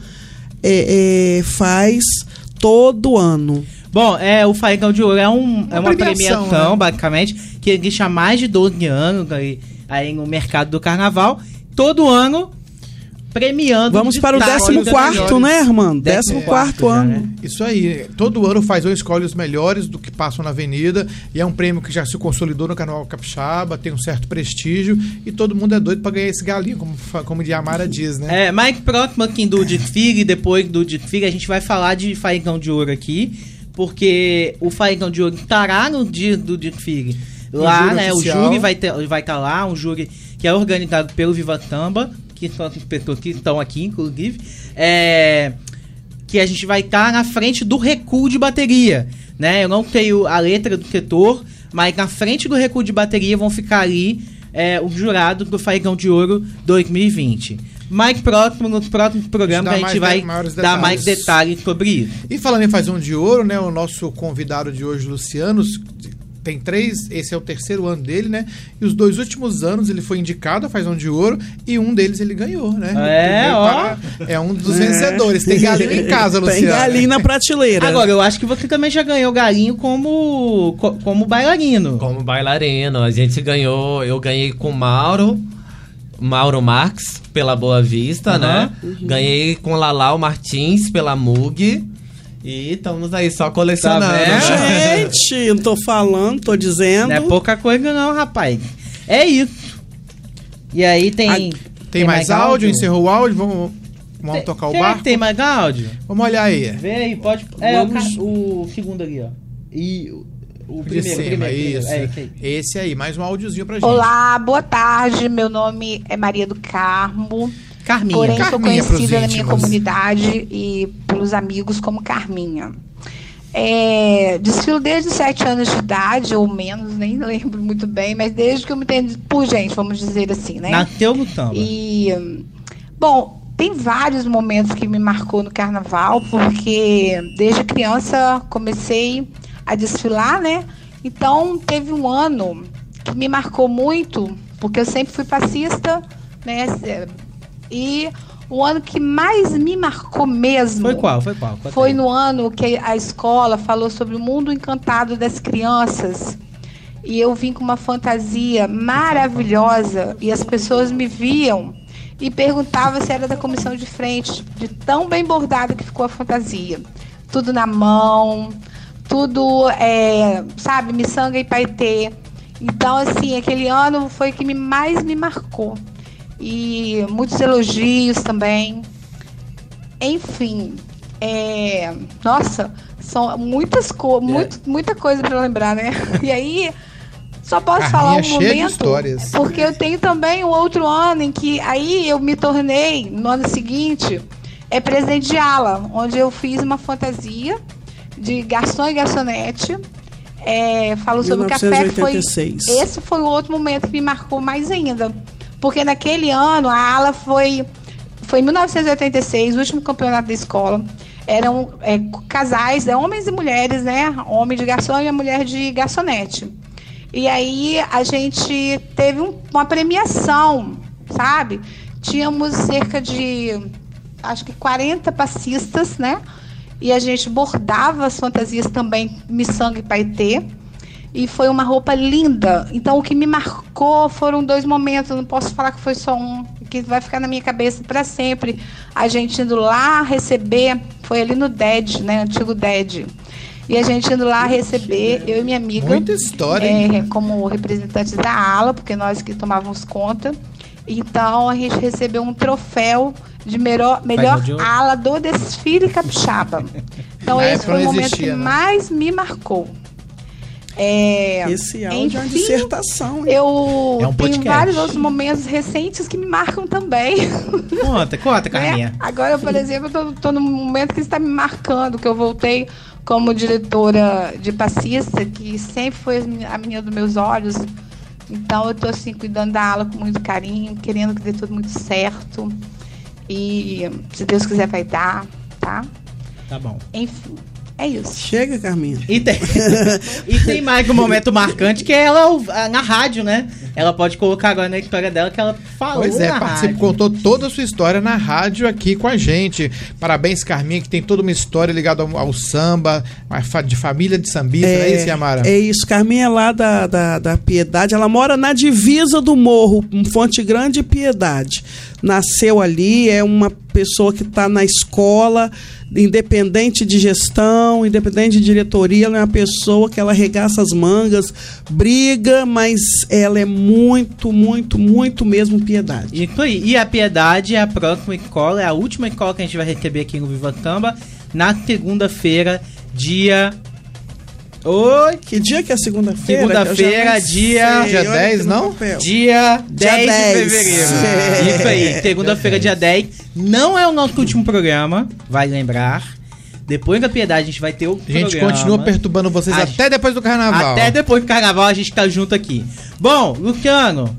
faz todo ano. Bom, o Fazão de Ouro é uma premiação, né? Basicamente, que existe há mais de 12 anos aí no mercado do carnaval. Todo ano premiando. Vamos para o 14º, né, Armando? 14º ano. Né? Isso aí. Todo ano o Fazão escolhe os melhores do que passam na Avenida. E é um prêmio que já se consolidou no Carnaval Capixaba, tem um certo prestígio. E todo mundo é doido para ganhar esse galinho, como Diamara diz, né? Mais próximo aqui do Desfile, e depois do Desfile, a gente vai falar de Fazão de Ouro aqui. Porque o Fazão de Ouro estará no dia do Desfile. Lá, né? Oficial. O júri vai estar lá, um júri que é organizado pelo Viva Samba, que são as pessoas que estão aqui, inclusive, que a gente vai estar na frente do recuo de bateria, né? Eu não tenho a letra do setor, mas na frente do recuo de bateria vão ficar ali os jurados do Fazão de Ouro 2020. Mais próximo, no próximo programa, a gente vai dar mais detalhes sobre isso. E falando em Fazão de Ouro, né? O nosso convidado de hoje, Luciano, tem 3, esse é o 3º ano dele, né? E os 2 últimos anos ele foi indicado a Fazão de Ouro e um deles ele ganhou, né? É um dos vencedores. Tem galinho em casa, Luciano. Tem galinho na prateleira. Agora, eu acho que você também já ganhou galinho como bailarino. Como bailarino. A gente ganhou, eu ganhei com Mauro Marx, pela Boa Vista, né? Ganhei com Lalau Martins, pela Mug. E estamos aí só colecionando. Gente, não tô falando, tô dizendo. Não é pouca coisa não, rapaz. É isso. E aí tem mais áudio? Encerrou o áudio? Vamos tocar o barco? Tem mais áudio? Vamos olhar aí. Vê aí, pode... o segundo ali, ó. E o primeiro. Isso. Esse aí, mais um áudiozinho pra gente. Olá, boa tarde. Meu nome é Maria do Carmo. Carminha. Porém, sou conhecida na minha comunidade e pelos amigos como Carminha. Desfilo desde 7 anos de idade, ou menos, nem lembro muito bem, mas desde que eu me entendo por gente, vamos dizer assim, né? Nasceu no samba. E, bom, tem vários momentos que me marcou no carnaval, porque desde criança comecei a desfilar, né? Então, teve um ano que me marcou muito, porque eu sempre fui passista, né? E o ano que mais me marcou mesmo... Foi qual? Foi no ano que a escola falou sobre o mundo encantado das crianças. E eu vim com uma fantasia maravilhosa e as pessoas me viam e perguntavam se era da comissão de frente, de tão bem bordada que ficou a fantasia. Tudo na mão, tudo, sabe, miçanga e paetê. Então, assim, aquele ano foi o que mais me marcou. E muitos elogios também. Enfim, nossa, são muita coisa para lembrar, né? E aí, só posso falar um momento, porque eu tenho também um outro ano em que aí eu me tornei, no ano seguinte, presidente de ala, onde eu fiz uma fantasia de garçom e garçonete. Falo sobre o café. Esse foi o outro momento que me marcou mais ainda. Porque naquele ano, a ala foi em 1986, o último campeonato da escola. eram casais, homens e mulheres, né? Homem de garçom e a mulher de garçonete. E aí a gente teve uma premiação, sabe? Tínhamos cerca de, acho que 40 passistas, né? E a gente bordava as fantasias também, miçanga e paetê. E foi uma roupa linda. Então, o que me marcou foram 2 momentos. Eu não posso falar que foi só um, que vai ficar na minha cabeça para sempre. A gente indo lá receber, foi ali no DED, né? Antigo DED. E a gente indo lá receber, eu e minha amiga. Muita história, hein? Como representantes da ala, porque nós que tomávamos conta. Então, a gente recebeu um troféu de melhor ala do desfile capixaba. Então, esse foi o momento que mais me marcou. Esse áudio é uma dissertação. Eu tenho vários outros momentos recentes que me marcam também. Conta, Carminha. Agora, por exemplo, eu tô num momento que está me marcando, que eu voltei como diretora de passista, que sempre foi a menina dos meus olhos. Então, eu tô assim, cuidando da ala com muito carinho, querendo que dê tudo muito certo. E, se Deus quiser, vai dar, tá? Tá bom. Enfim. É isso. Chega, Carminha. E tem mais um momento marcante, que é ela na rádio, né? Ela pode colocar agora na história dela que ela falou. Pois é, contou toda a sua história na rádio aqui com a gente. Parabéns, Carminha, que tem toda uma história ligada ao samba, de família de sambista, não é isso, Yamara? É isso, Carminha é lá da Piedade, ela mora na divisa do morro, Fonte Grande e Piedade. Nasceu ali, é uma pessoa que está na escola, independente de gestão, independente de diretoria, ela é uma pessoa que ela arregaça as mangas, briga, mas ela é muito, muito, muito mesmo Piedade. E a Piedade é a próxima escola, é a última escola que a gente vai receber aqui no Viva Samba, na segunda-feira, dia... Oi, que dia que é segunda-feira? Segunda-feira, dia 10, não? Dia 10 de fevereiro. Isso aí, segunda-feira, dia 10. Não é o nosso último programa, vai lembrar. Depois da Piedade a gente vai ter o programa. A gente continua perturbando vocês até depois do Carnaval. Até depois do Carnaval a gente tá junto aqui. Bom, Luciano...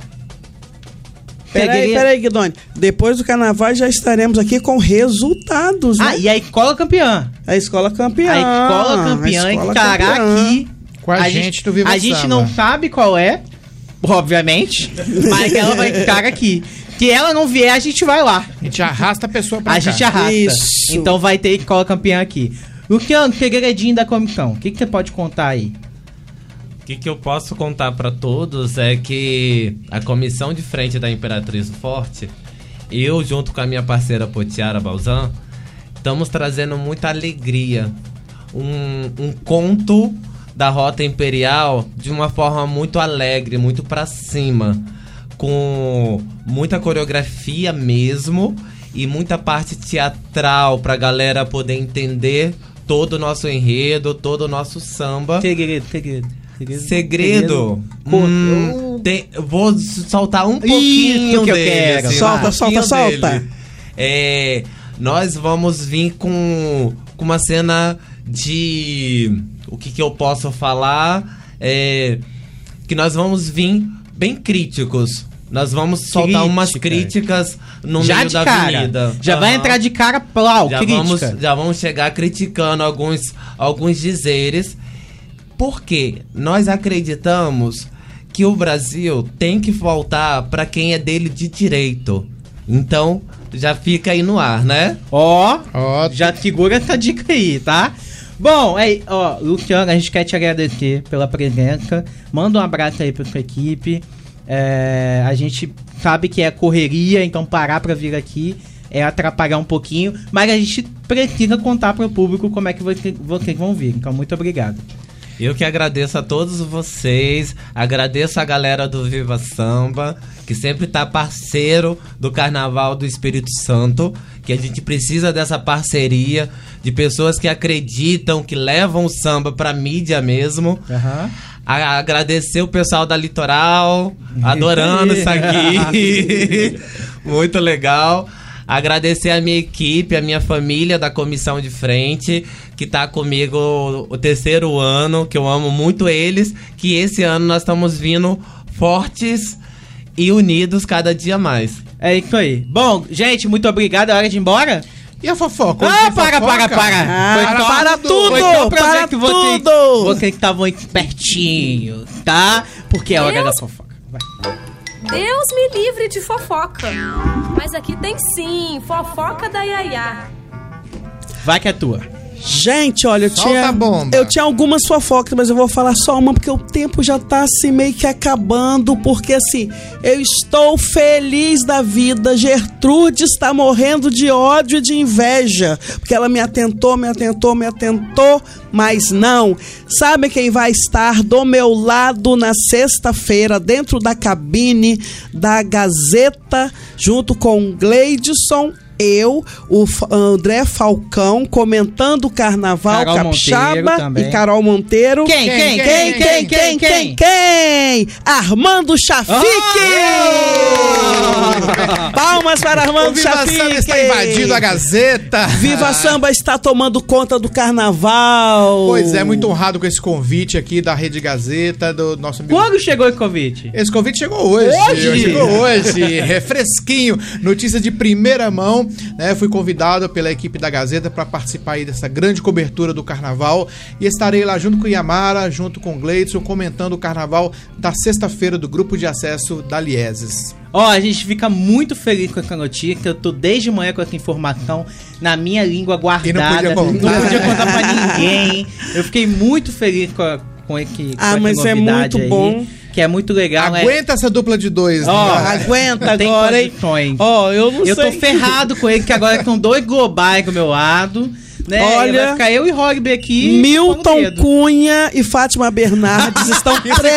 Peraí, Guidoni. Depois do Carnaval já estaremos aqui com resultados, né? E a escola campeã. A escola campeã. A escola campeã estará aqui com a gente do Viva Samba. A gente não sabe qual é, obviamente, mas ela vai estar aqui. Se ela não vier, a gente vai lá. A gente arrasta a pessoa pra cá. A gente arrasta. Isso. Então vai ter escola campeã aqui. Luciano, segredinho da comissão. O que você pode contar aí? O que eu posso contar para todos é que a comissão de frente da Imperatriz do Forte, eu junto com a minha parceira Potiara Balzan, estamos trazendo muita alegria. Um conto da Rota Imperial de uma forma muito alegre, muito para cima, com muita coreografia mesmo e muita parte teatral pra galera poder entender todo o nosso enredo, todo o nosso samba. Segredo. Vou soltar um pouquinho que eu dele, quero. Assim, Solta. Nós vamos vir com uma cena de... O que eu posso falar? Que nós vamos vir bem críticos. Nós vamos soltar umas críticas no meio da avenida. Já vai entrar de cara, plau, crítica. Já vamos chegar criticando alguns dizeres. Porque nós acreditamos que o Brasil tem que voltar para quem é dele de direito. Então, já fica aí no ar, né? Já segura essa dica aí, tá? Bom, Luciano, a gente quer te agradecer pela presença. Manda um abraço aí pra sua equipe. A gente sabe que é correria, então parar pra vir aqui é atrapalhar um pouquinho. Mas a gente precisa contar pro público como é que vocês vão vir. Então, muito obrigado. Eu que agradeço a todos vocês, agradeço a galera do Viva Samba, que sempre tá parceiro do Carnaval do Espírito Santo, que a gente precisa dessa parceria, de pessoas que acreditam, que levam o samba pra mídia mesmo. Agradecer o pessoal da Litoral, adorando isso aqui, muito legal. Agradecer a minha equipe, a minha família da comissão de frente, que tá comigo o 3º ano, que eu amo muito eles, que esse ano nós estamos vindo fortes e unidos cada dia mais. É isso aí. Bom, gente, muito obrigado. É hora de ir embora? E a fofoca? Para. Para tudo! Para tudo! Você que tava muito pertinho, tá? Porque é a hora da fofoca. Vai. Deus me livre de fofoca. Mas aqui tem sim, fofoca da Yaya. Vai que é tua. Gente, olha, Solta a bomba. eu tinha algumas fofocas, mas eu vou falar só uma, porque o tempo já tá assim meio que acabando, porque assim, eu estou feliz da vida. Gertrude está morrendo de ódio e de inveja, porque ela me atentou, mas não. Sabe quem vai estar do meu lado na sexta-feira, dentro da cabine da Gazeta, junto com o Gleidson, eu, o André Falcão, comentando o Carnaval Carol Capixaba Monteiro e Carol Monteiro. Quem? Armando Chafique! Palmas para Armando Chafique! Viva Samba está invadindo a Gazeta! Viva Samba está tomando conta do Carnaval! Pois é, muito honrado com esse convite aqui da Rede Gazeta, do nosso amigo... Quando chegou esse convite? Esse convite chegou hoje. Chegou hoje, refresquinho, notícia de primeira mão, né? Fui convidado pela equipe da Gazeta para participar aí dessa grande cobertura do Carnaval e estarei lá junto com o Yamara, junto com o Gleidson, comentando o Carnaval da sexta-feira do Grupo de Acesso da Lieses. A gente fica muito feliz com essa notícia, que eu tô desde manhã com essa informação na minha língua guardada. Não podia contar pra ninguém. Eu fiquei muito feliz com essa mas é muito aí, bom. Que é muito legal. Aguenta essa dupla de dois. Aguenta agora, hein? Eu não sei. Eu tô ferrado com ele, que agora estão dois globais do meu lado. Né? Olha, vai ficar eu e Rogby aqui. Milton Cunha e Fátima Bernardes estão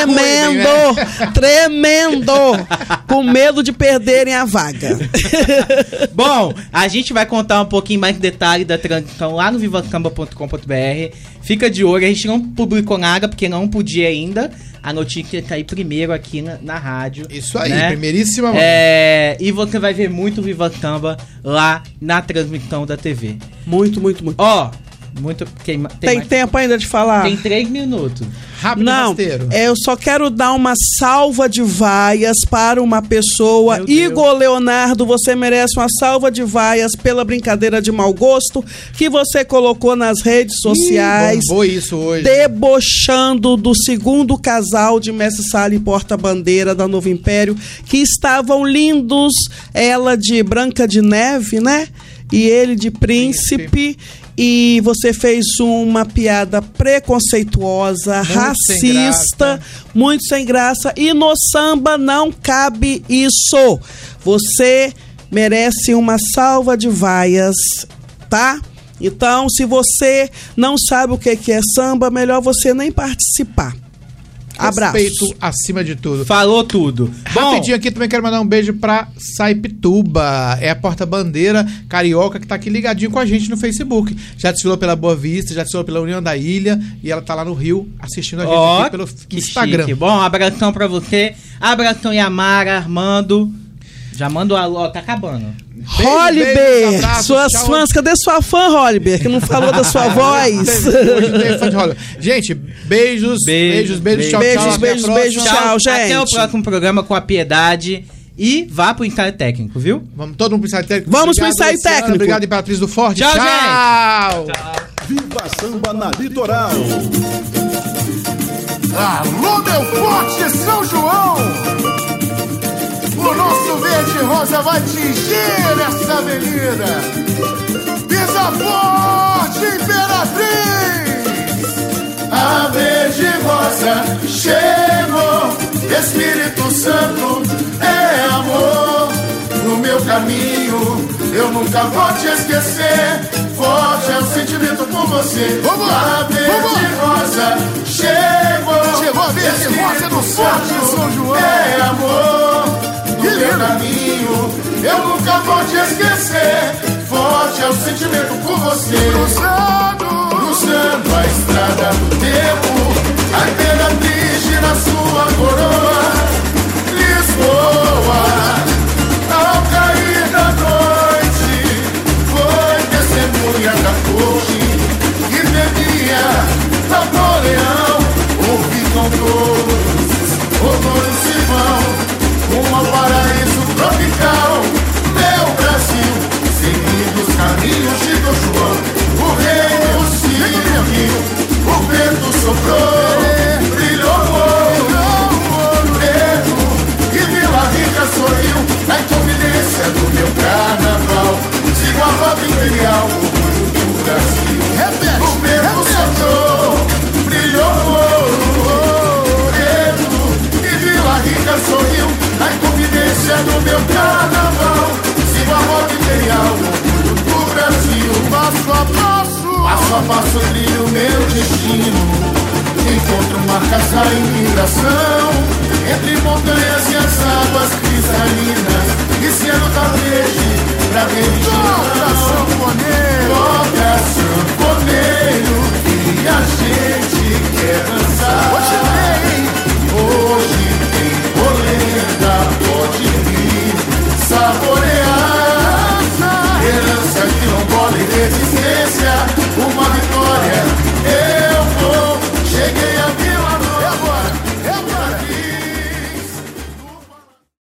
tremendo, com medo de perderem a vaga. Bom, a gente vai contar um pouquinho mais de detalhe da transmissão lá no vivasamba.com.br. Fica de olho, a gente não publicou nada porque não podia ainda. A notícia tá aí primeiro aqui na rádio. Isso aí, né? Primeiríssima mão. E você vai ver muito Viva Samba lá na transmissão da TV. Muito. Tem tempo ainda de falar? Tem 3 minutos. Rápido, rasteiro. Eu só quero dar uma salva de vaias para uma pessoa. Igor Leonardo, você merece uma salva de vaias pela brincadeira de mau gosto que você colocou nas redes sociais. Bombou isso hoje. Debochando do segundo casal de Mestre Sala e Porta-Bandeira da Novo Império, que estavam lindos. Ela de Branca de Neve, né? E ele de Príncipe. E você fez uma piada preconceituosa, muito racista, muito sem graça. E no samba não cabe isso. Você merece uma salva de vaias, tá? Então, se você não sabe o que é samba, melhor você nem participar. Abraço. Respeito acima de tudo. Falou tudo. Rapidinho aqui, também quero mandar um beijo pra Saipituba. É a porta-bandeira carioca que tá aqui ligadinho com a gente no Facebook. Já desfilou pela Boa Vista, já desfilou pela União da Ilha e ela tá lá no Rio assistindo a gente aqui pelo Instagram. Chique. Bom, abração pra você. Abração Yamara, Armando. Já manda o alô, tá acabando. Holiber, suas fãs, cadê sua fã, Holiber, que não falou da sua voz? Hoje não tem fã de Holiber. Gente, beijos, tchau, tchau, gente. Até o próximo programa com a Piedade. E vá pro ensaio técnico, viu? Vamos todo mundo pro ensaio técnico. Vamos pro ensaio técnico. Obrigado, Imperatriz do Forte. Tchau, gente. Viva Samba na Litoral. Alô, meu forte São João! O nosso verde rosa vai tingir essa avenida. Pisa forte, Imperatriz! A verde rosa chegou. Espírito Santo é amor. No meu caminho eu nunca vou te esquecer. Forte é o sentimento por você. A verde rosa chegou. Chegou a verde rosa do Forte São João. É amor. No meu caminho eu nunca vou te esquecer. Forte é o sentimento por você. Cruzando a estrada do tempo, a Imperatriz gira sua coroa. Lisboa, ao cair da noite, foi testemunha da corte que bebia Napoleão. Ouvi com todos, outono se vão rumo ao paraíso tropical. Meu Brasil, seguindo os caminhos só faço trilho meu destino. Encontro marcas da imigração entre montanhas e as águas cristalinas. E sendo talvez